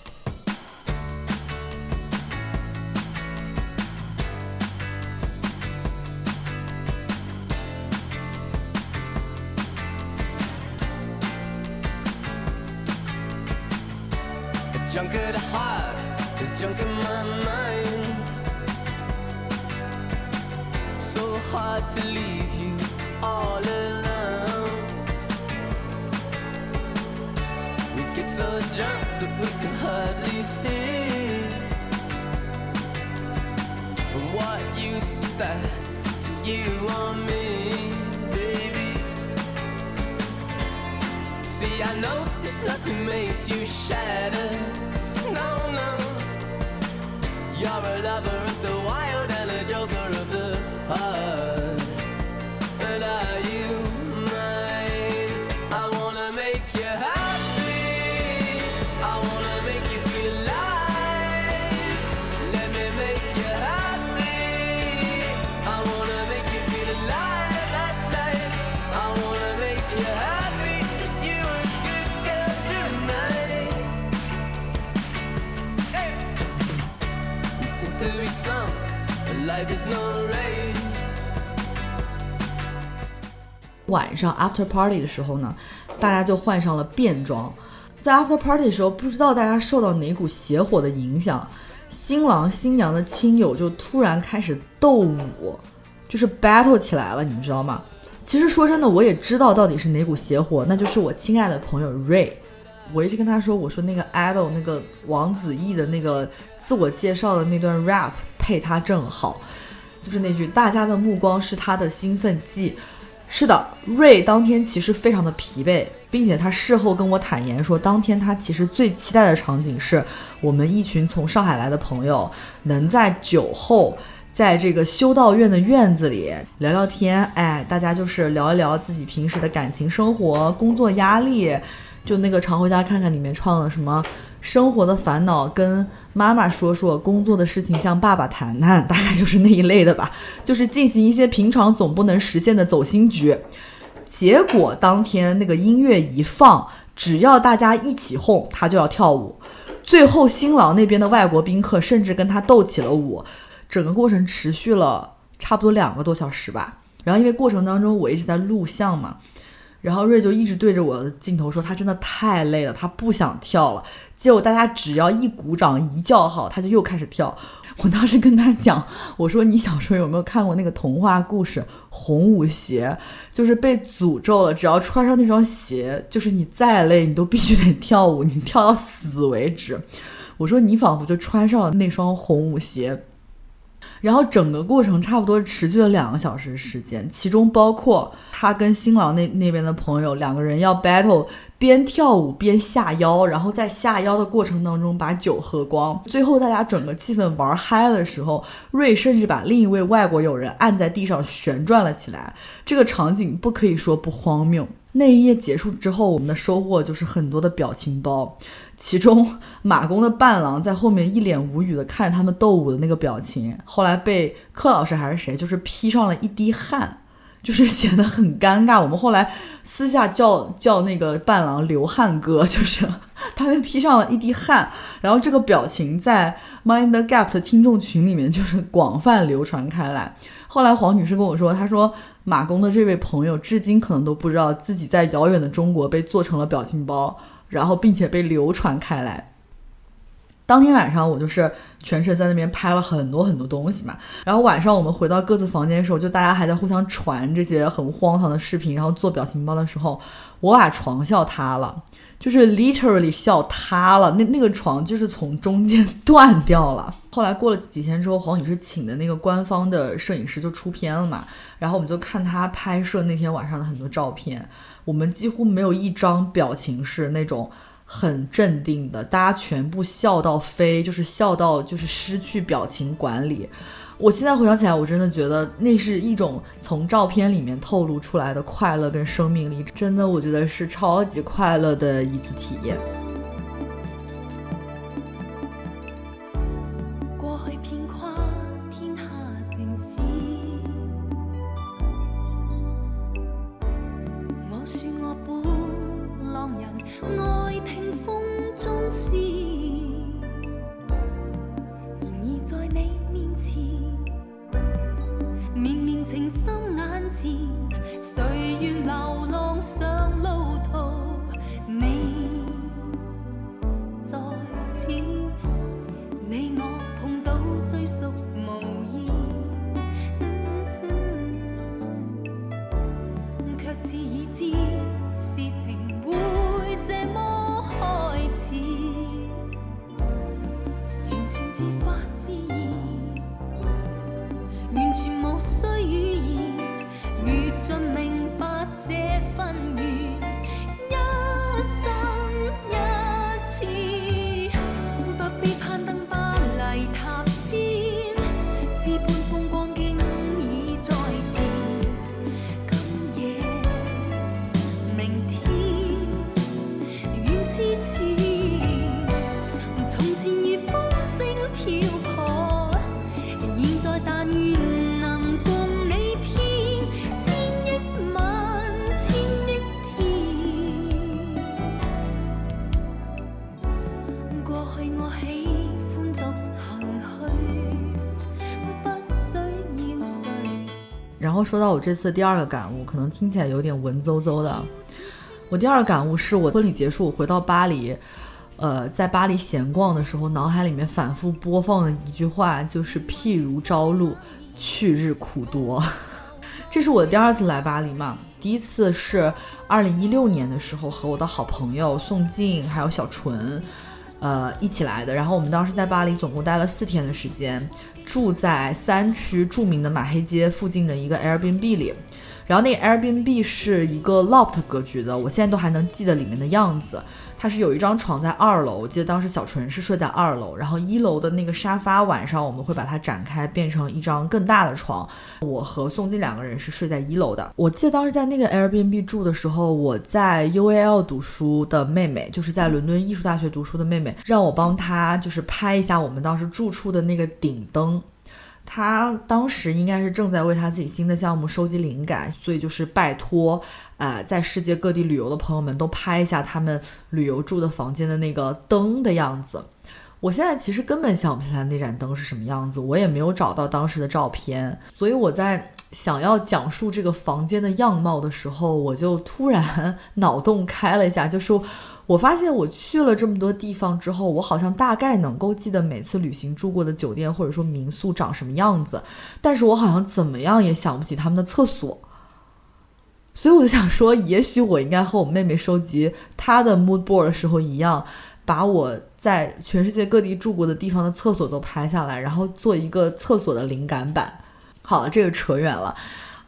hard to leave you all alone. We get so drunk that we can hardly see. And what use is that to you or me, baby? See, I know this nothing makes you shatter. No, no. You're a lover of the wild and a joker of the heart. But are you mine? I wanna make you happy. I wanna make you feel alive. Let me make you happy. I wanna make you feel alive at night. I wanna make you happy. You a good girl tonight. Hey. You seem to be sunk, and life is no race. 晚上 after party 的时候呢，大家就换上了便装。在 after party 的时候，不知道大家受到哪股邪火的影响，新郎新娘的亲友就突然开始斗舞，就是 battle 起来了，你们知道吗？其实说真的，我也知道到底是哪股邪火，那就是我亲爱的朋友 Ray。我一直跟他说，我说那个 idol 那个王子异的那个自我介绍的那段 rap 配他正好，就是那句大家的目光是他的兴奋剂。是的，瑞当天其实非常的疲惫，并且他事后跟我坦言说，当天他其实最期待的场景是我们一群从上海来的朋友能在酒后在这个修道院的院子里聊聊天，哎，大家就是聊一聊自己平时的感情生活、工作压力，就那个常回家看看里面唱了什么生活的烦恼跟妈妈说说，工作的事情向爸爸谈谈，大概就是那一类的吧，就是进行一些平常总不能实现的走心局。结果当天那个音乐一放，只要大家一起哄，他就要跳舞。最后新郎那边的外国宾客甚至跟他斗起了舞，整个过程持续了差不多两个多小时吧。然后因为过程当中我一直在录像嘛，然后瑞就一直对着我的镜头说他真的太累了，他不想跳了。结果大家只要一鼓掌一叫好，他就又开始跳。我当时跟他讲，我说你小时候有没有看过那个童话故事红舞鞋，就是被诅咒了，只要穿上那双鞋，就是你再累你都必须得跳舞，你跳到死为止。我说你仿佛就穿上了那双红舞鞋。然后整个过程差不多持续了两个小时时间，其中包括他跟新郎那那边的朋友两个人要 battle 边跳舞边下腰，然后在下腰的过程当中把酒喝光，最后大家整个气氛玩嗨的时候，瑞甚至把另一位外国友人按在地上旋转了起来，这个场景不可以说不荒谬。那一夜结束之后，我们的收获就是很多的表情包，其中马工的伴郎在后面一脸无语的看着他们斗舞的那个表情，后来被柯老师还是谁就是披上了一滴汗，就是显得很尴尬。我们后来私下叫叫那个伴郎流汗哥，就是他被披上了一滴汗，然后这个表情在 Mind the Gap 的听众群里面就是广泛流传开来。后来黄女士跟我说，她说马工的这位朋友至今可能都不知道自己在遥远的中国被做成了表情包，然后并且被流传开来。当天晚上我就是全程在那边拍了很多很多东西嘛，然后晚上我们回到各自房间的时候，就大家还在互相传这些很荒唐的视频，然后做表情包的时候，我把床笑塌了，就是 literally 笑塌了，那那个床就是从中间断掉了。后来过了几天之后，黄女士请的那个官方的摄影师就出片了嘛，然后我们就看他拍摄那天晚上的很多照片，我们几乎没有一张表情是那种很镇定的，大家全部笑到飞，就是笑到就是失去表情管理。我现在回想起来，我真的觉得那是一种从照片里面透露出来的快乐跟生命力，真的我觉得是超级快乐的一次体验。 過去遍跨天下城市，我說我本浪人愛聽風中詩，然而在你面前綿綿情深眼前，誰願流浪上路途，你在此，你我碰到雖屬無意，卻自已知事情會這麼開始，完全自發自然，完全無需語言，越盡明白這份緣，一生一次，不必攀登巴黎塔尖，是半風光景已在前，今夜明天遠痴纏，從前如風聲飄泊，現在但願能共你編千億晚千億天。過去我喜歡獨行去，不需要誰。 然後說到我這次第二個感悟，可能聽起來有點文縐縐的。我第二個感悟是我婚禮結束，我回到巴黎，呃，在巴黎閒逛的時候，腦海裡面反覆播放的一句話就是譬如朝露，去日苦多。這是我第二次來巴黎嘛，第一次是二零一六年的時候和我的好朋友宋靜還有小純呃，一起來的，然後我們當時在巴黎總共待了四天的時間，住在三區著名的馬黑街附近的一個 Airbnb 裡，然後那個 Airbnb 是一個 loft 格局的，我現在都還能記得裡面的樣子。它是有一張床在二樓，我記得當時小純是睡在二樓，然後一樓的那個沙發晚上我們會把它展開變成一張更大的床，我和宋靜兩個人是睡在一樓的。我記得當時在那個 Airbnb 住的時候，我在 U A L 讀書的妹妹，就是在倫敦藝術大學讀書的妹妹，讓我幫她就是拍一下我們當時住處的那個頂燈。他當時應該是正在為他自己新的項目收集靈感，所以就是拜託呃，在世界各地旅遊的朋友們都拍一下他們旅遊住的房間的那個燈的樣子。我現在其實根本想不起來那盞燈是什麼樣子，我也沒有找到當時的照片，所以我在想要講述這個房間的樣貌的時候，我就突然腦洞開了一下，就是我發現我去了這麼多地方之後，我好像大概能夠記得每次旅行住過的酒店或者說民宿長什麼樣子，但是我好像怎麼樣也想不起他們的廁所。所以我就想說，也許我應該和我妹妹收集她的 mood board 的時候一樣，把我在全世界各地住過的地方的廁所都拍下來，然後做一個廁所的靈感版。好了，這個扯遠了。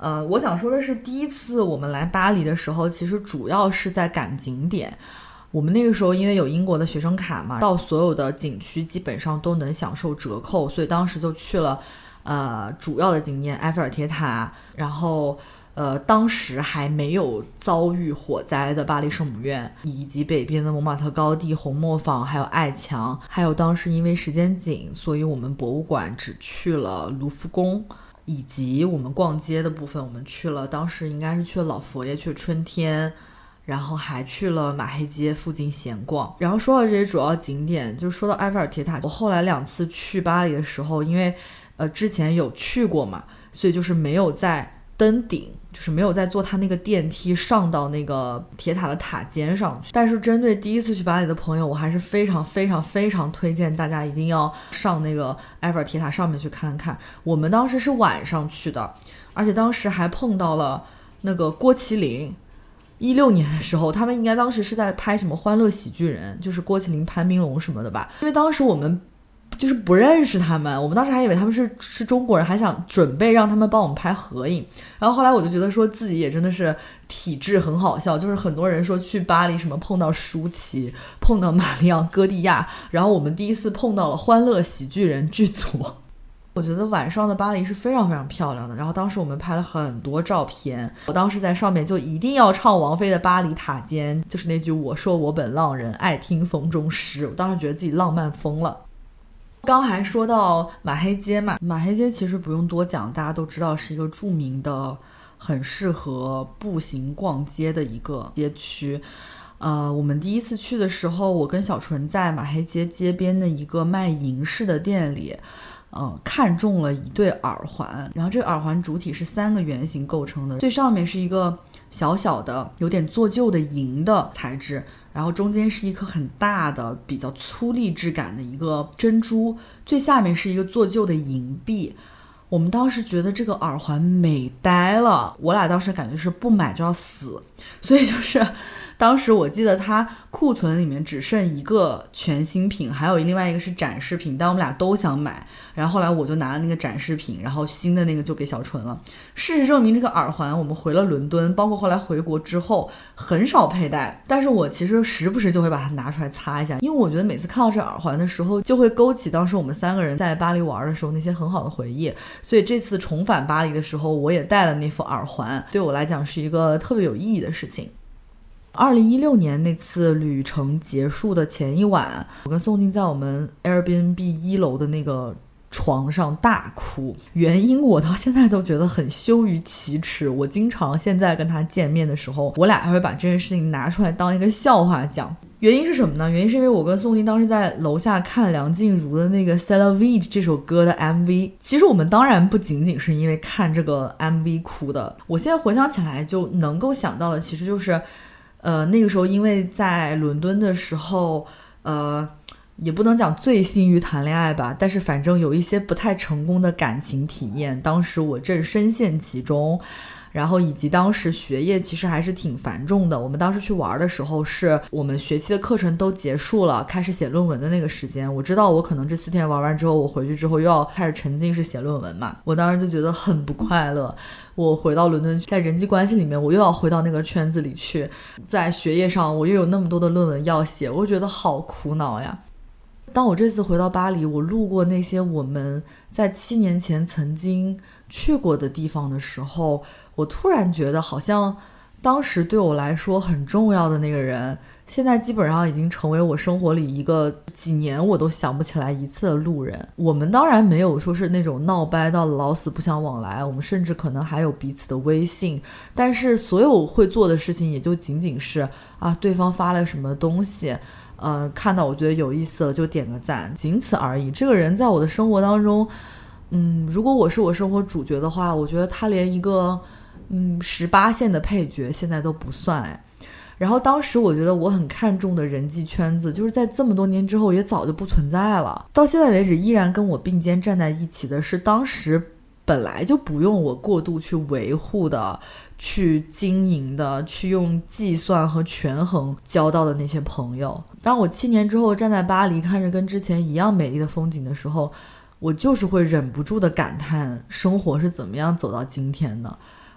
呃，我想说的是，第一次我们来巴黎的时候，其实主要是在赶景点。我们那个时候因为有英国的学生卡嘛，到所有的景区基本上都能享受折扣，所以当时就去了呃主要的景点埃菲尔铁塔，然后呃当时还没有遭遇火灾的巴黎圣母院，以及北边的蒙马特高地、红磨坊，还有爱墙，还有当时因为时间紧，所以我们博物馆只去了卢浮宫，以及我们逛街的部分，我们去了当时应该是去了老佛爷，去了春天，然后还去了马黑街附近闲逛。然后说到这些主要景点，就说到埃菲尔铁塔，我后来两次去巴黎的时候，因为呃之前有去过嘛，所以就是没有在登顶，就是没有再坐它那个电梯上到那个铁塔的塔尖上去。但是针对第一次去巴黎的朋友，我还是非常非常非常推荐大家一定要上那个埃菲尔铁塔上面去看看。我们当时是晚上去的，而且当时还碰到了那个郭麒麟。一六年的时候，他们应该当时是在拍什么《欢乐喜剧人》，就是郭麒麟、潘斌龙什么的吧。因为当时我们就是不认识他们，我们当时还以为他们是是中国人，还想准备让他们帮我们拍合影。然后后来我就觉得说自己也真的是体质很好笑，就是很多人说去巴黎什么碰到舒淇，碰到玛丽昂戈蒂亚，然后我们第一次碰到了《欢乐喜剧人》剧组。我觉得晚上的巴黎是非常非常漂亮的，然后当时我们拍了很多照片，我当时在上面就一定要唱王菲的《巴黎塔尖》，就是那句我说我本浪人爱听风中诗，我当时觉得自己浪漫疯了。刚还说到马黑街嘛，马黑街其实不用多讲，大家都知道是一个著名的很适合步行逛街的一个街区。呃，我们第一次去的时候，我跟小纯在马黑街街边的一个卖银饰的店里呃，看中了一对耳环，然后这个耳环主体是三个圆形构成的，最上面是一个小小的有点做旧的银的材质，然后中间是一颗很大的比较粗粝质感的一个珍珠，最下面是一个做旧的银币。我们当时觉得这个耳环美呆了，我俩当时感觉是不买就要死，所以就是当时我记得它库存里面只剩一个全新品，还有另外一个是展示品，但我们俩都想买，然后后来我就拿了那个展示品，然后新的那个就给小纯了。事实证明这个耳环我们回了伦敦，包括后来回国之后很少佩戴，但是我其实时不时就会把它拿出来擦一下，因为我觉得每次看到这耳环的时候就会勾起当时我们三个人在巴黎玩的时候那些很好的回忆，所以这次重返巴黎的时候我也戴了那副耳环，对我来讲是一个特别有意义的事情。二零一六年那次旅程结束的前一晚，我跟宋静在我们 Airbnb 一楼的那个床上大哭，原因我到现在都觉得很羞于启齿。我经常现在跟他见面的时候，我俩还会把这件事情拿出来当一个笑话讲。原因是什么呢？原因是因为我跟宋静当时在楼下看梁静茹的那个 C'est la vie 这首歌的 M V， 其实我们当然不仅仅是因为看这个 M V 哭的，我现在回想起来就能够想到的其实就是呃，那个时候因为在伦敦的时候，呃，也不能讲醉心于谈恋爱吧，但是反正有一些不太成功的感情体验，当时我正深陷其中，然后以及当时学业其实还是挺繁重的。我们当时去玩的时候是我们学期的课程都结束了，开始写论文的那个时间，我知道我可能这四天玩完之后，我回去之后又要开始沉浸式写论文嘛，我当时就觉得很不快乐。我回到伦敦，在人际关系里面我又要回到那个圈子里去，在学业上我又有那么多的论文要写，我觉得好苦恼呀。当我这次回到巴黎，我路过那些我们在七年前曾经去过的地方的时候，我突然觉得好像当时对我来说很重要的那个人，现在基本上已经成为我生活里一个几年我都想不起来一次的路人。我们当然没有说是那种闹掰到老死不相往来，我们甚至可能还有彼此的微信，但是所有会做的事情也就仅仅是啊，对方发了什么东西，呃，看到我觉得有意思了就点个赞，仅此而已。这个人在我的生活当中，嗯，如果我是我生活主角的话，我觉得他连一个嗯十八线的配角现在都不算哎。然后当时我觉得我很看重的人际圈子，就是在这么多年之后也早就不存在了。到现在为止依然跟我并肩站在一起的是当时本来就不用我过度去维护的，去经营的，去用计算和权衡交到的那些朋友。当我七年之后站在巴黎看着跟之前一样美丽的风景的时候，我就是会忍不住的感叹生活是怎么样走到今天的。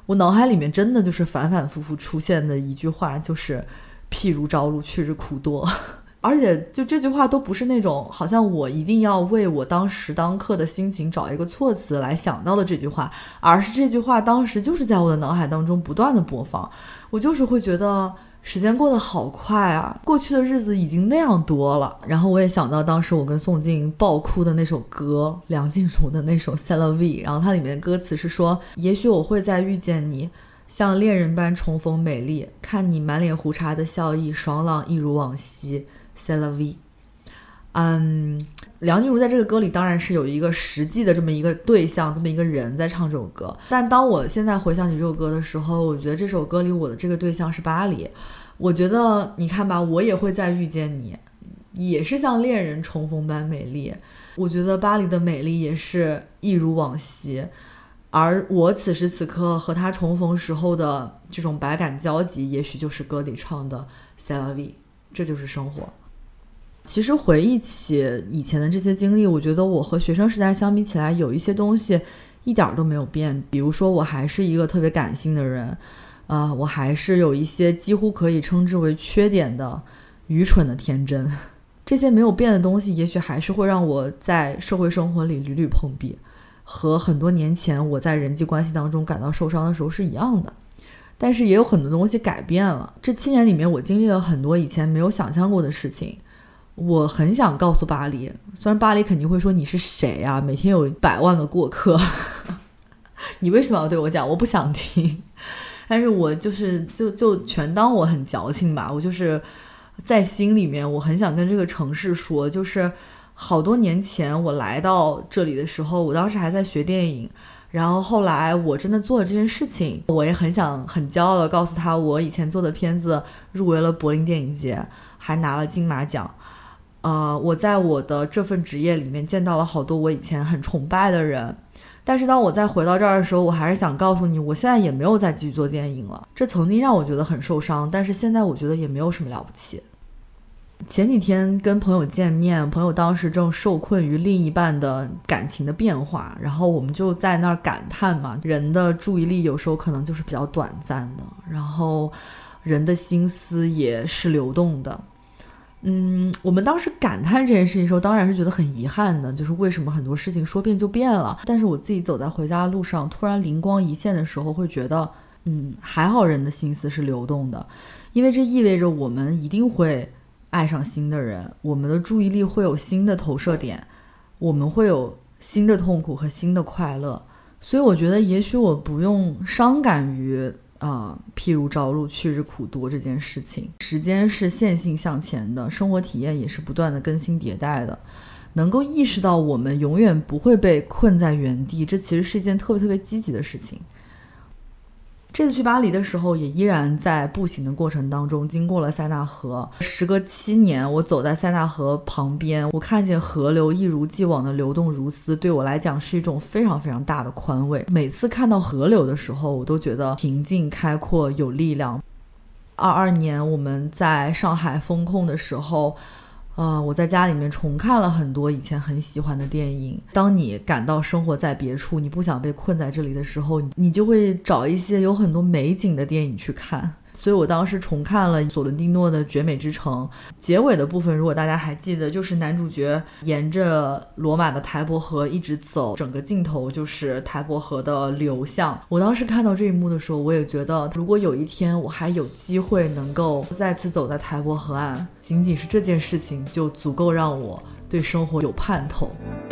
我脑海里面真的就是反反复复出现的一句话，就是譬如朝露，去日苦多。而且就这句话都不是那种好像我一定要为我当时当刻的心情找一个措辞来想到的这句话，而是这句话当时就是在我的脑海当中不断的播放。我就是会觉得时间过得好快啊，过去的日子已经那样多了。然后我也想到当时我跟宋静爆哭的那首歌，梁静茹的那首 C'est la vie， 然后它里面的歌词是说，也许我会再遇见你，像恋人般重逢美丽，看你满脸胡茬的笑意，爽朗一如往昔， C'est la vie。 嗯，梁静茹在这个歌里当然是有一个实际的这么一个对象，这么一个人在唱这首歌，但当我现在回想起这首歌的时候，我觉得这首歌里我的这个对象是巴黎。我觉得你看吧，我也会再遇见你，也是像恋人重逢般美丽。我觉得巴黎的美丽也是一如往昔，而我此时此刻和他重逢时候的这种百感交集，也许就是歌里唱的 C'est la vie， 这就是生活。其实回忆起以前的这些经历，我觉得我和学生时代相比起来，有一些东西一点都没有变。比如说我还是一个特别感性的人，呃，我还是有一些几乎可以称之为缺点的愚蠢的天真。这些没有变的东西也许还是会让我在社会生活里屡屡碰壁，和很多年前我在人际关系当中感到受伤的时候是一样的。但是也有很多东西改变了，这七年里面我经历了很多以前没有想象过的事情。我很想告诉巴黎，虽然巴黎肯定会说你是谁啊，每天有百万个过客你为什么要对我讲，我不想听。但是我就是就就全当我很矫情吧，我就是在心里面我很想跟这个城市说，就是好多年前我来到这里的时候，我当时还在学电影，然后后来我真的做了这件事情，我也很想很骄傲的告诉他，我以前做的片子入围了柏林电影节，还拿了金马奖。呃，我在我的这份职业里面见到了好多我以前很崇拜的人，但是当我再回到这儿的时候，我还是想告诉你，我现在也没有再继续做电影了。这曾经让我觉得很受伤，但是现在我觉得也没有什么了不起。前几天跟朋友见面，朋友当时正受困于另一半的感情的变化，然后我们就在那儿感叹嘛，人的注意力有时候可能就是比较短暂的，然后人的心思也是流动的。嗯，我们当时感叹这件事情的时候，当然是觉得很遗憾的，就是为什么很多事情说变就变了。但是我自己走在回家的路上，突然灵光一现的时候，会觉得，嗯，还好人的心思是流动的，因为这意味着我们一定会爱上新的人，我们的注意力会有新的投射点，我们会有新的痛苦和新的快乐。所以我觉得，也许我不用伤感于呃，譬如朝露，去日苦多这件事情。时间是线性向前的，生活体验也是不断的更新迭代的，能够意识到我们永远不会被困在原地，这其实是一件特别特别积极的事情。这次去巴黎的时候，也依然在步行的过程当中经过了塞纳河。时隔七年，我走在塞纳河旁边，我看见河流一如既往的流动如丝，对我来讲是一种非常非常大的宽慰。每次看到河流的时候，我都觉得平静开阔有力量。二二年我们在上海封控的时候，呃，我在家里面重看了很多以前很喜欢的电影。当你感到生活在别处，你不想被困在这里的时候，你就会找一些有很多美景的电影去看。所以我当时重看了索伦蒂诺的《绝美之城》，结尾的部分如果大家还记得，就是男主角沿着罗马的台伯河一直走，整个镜头就是台伯河的流向。我当时看到这一幕的时候，我也觉得如果有一天我还有机会能够再次走在台伯河岸，仅仅是这件事情就足够让我对生活有盼头。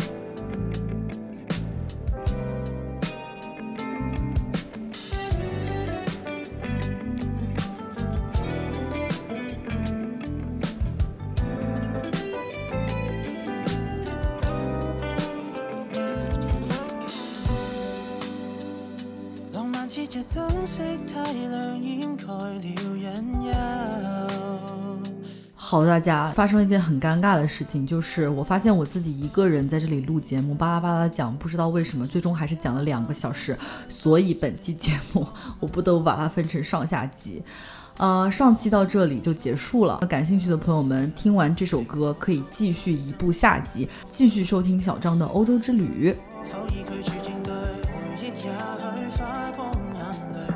好的，大家，发生了一件很尴尬的事情，就是我发现我自己一个人在这里录节目，巴拉巴拉讲，不知道为什么最终还是讲了两个小时，所以本期节目我不得不把它分成上下集。呃，上期到这里就结束了，感兴趣的朋友们听完这首歌可以继续移步下集，继续收听小张的欧洲之旅。否以拒絕應對，回憶也許花光眼淚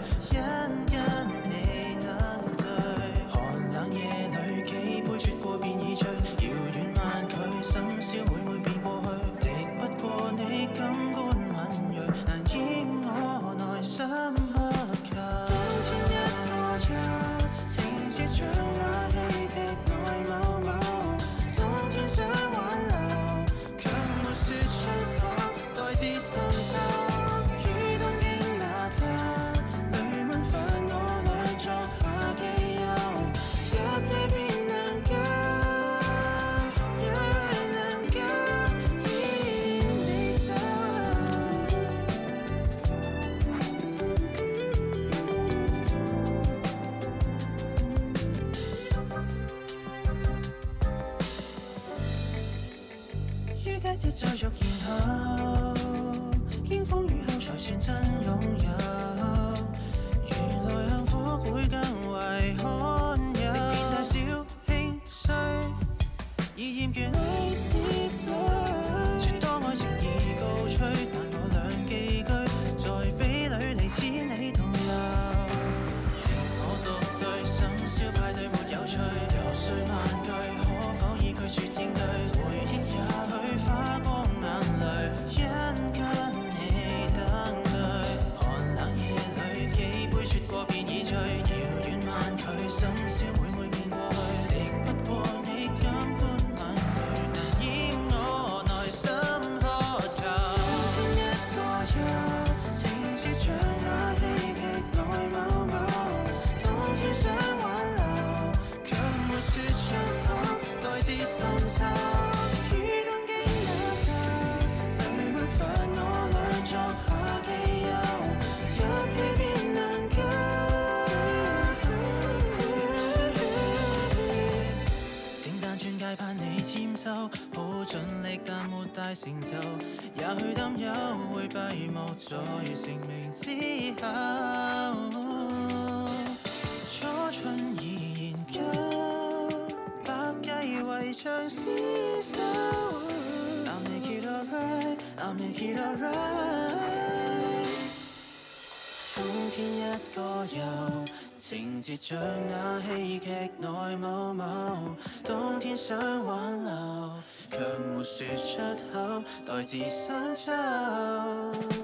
於第一再續然後，經風雨後才算真擁有。原來幸福會更為罕有。你變太小輕碎，而厭倦你疊淚。說多愛情已告吹，但我倆寄居在比裏離似你同流。我獨對深宵派對沒有趣，遊說萬句，可否已拒絕應對？回憶也許花光眼淚，因跟你等對。寒冷夜裏幾杯雪過便已醉，遙遠萬距，深宵每每變過去，敵不過你感官冷淚，但掩我內心渴求。冬天一個人，情節像那戲劇內某某，當天想挽留，卻沒說出口，待至深秋。於東京那頭，淚吻翻我倆作下基友，一夜便能夠。聖誕鑽戒盼你簽收，好盡力但沒大成就，也許擔憂會閉幕在成名之後。初春已研究，百計圍牆廝守。I'll make it alright, I'll make it alright。冬天一個遊，情節像那戲劇內某某，當天想挽留，卻沒說出口，待至深秋。